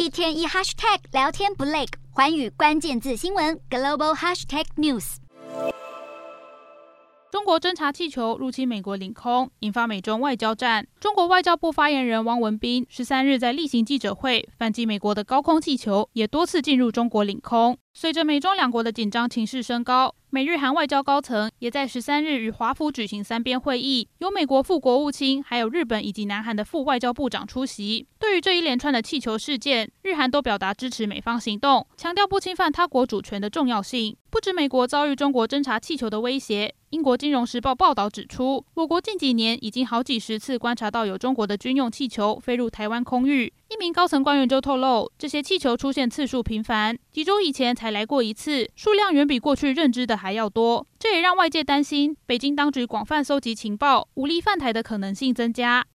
一天一 hashtag 聊天不累，寰宇关键字新闻 global hashtag news。 中国侦察气球入侵美国领空，引发美中外交战。中国外交部发言人汪文斌13日在例行记者会反击美国的高空气球也多次进入中国领空。随着美中两国的紧张情势升高，美日韩外交高层也在13日与华府举行3边会议，由美国副国务卿还有日本以及南韩的副外交部长出席。对于这一连串的气球事件，日韩都表达支持美方行动，强调不侵犯他国主权的重要性。不止美国遭遇中国侦察气球的威胁，英国《金融时报》报道指出，我国近几年已经好几十次观察到有中国的军用气球飞入台湾空域。一名高层官员就透露，这些气球出现次数频繁，几周以前才来过一次，数量远比过去认知的还要多。这也让外界担心，北京当局广泛搜集情报，武力犯台的可能性增加。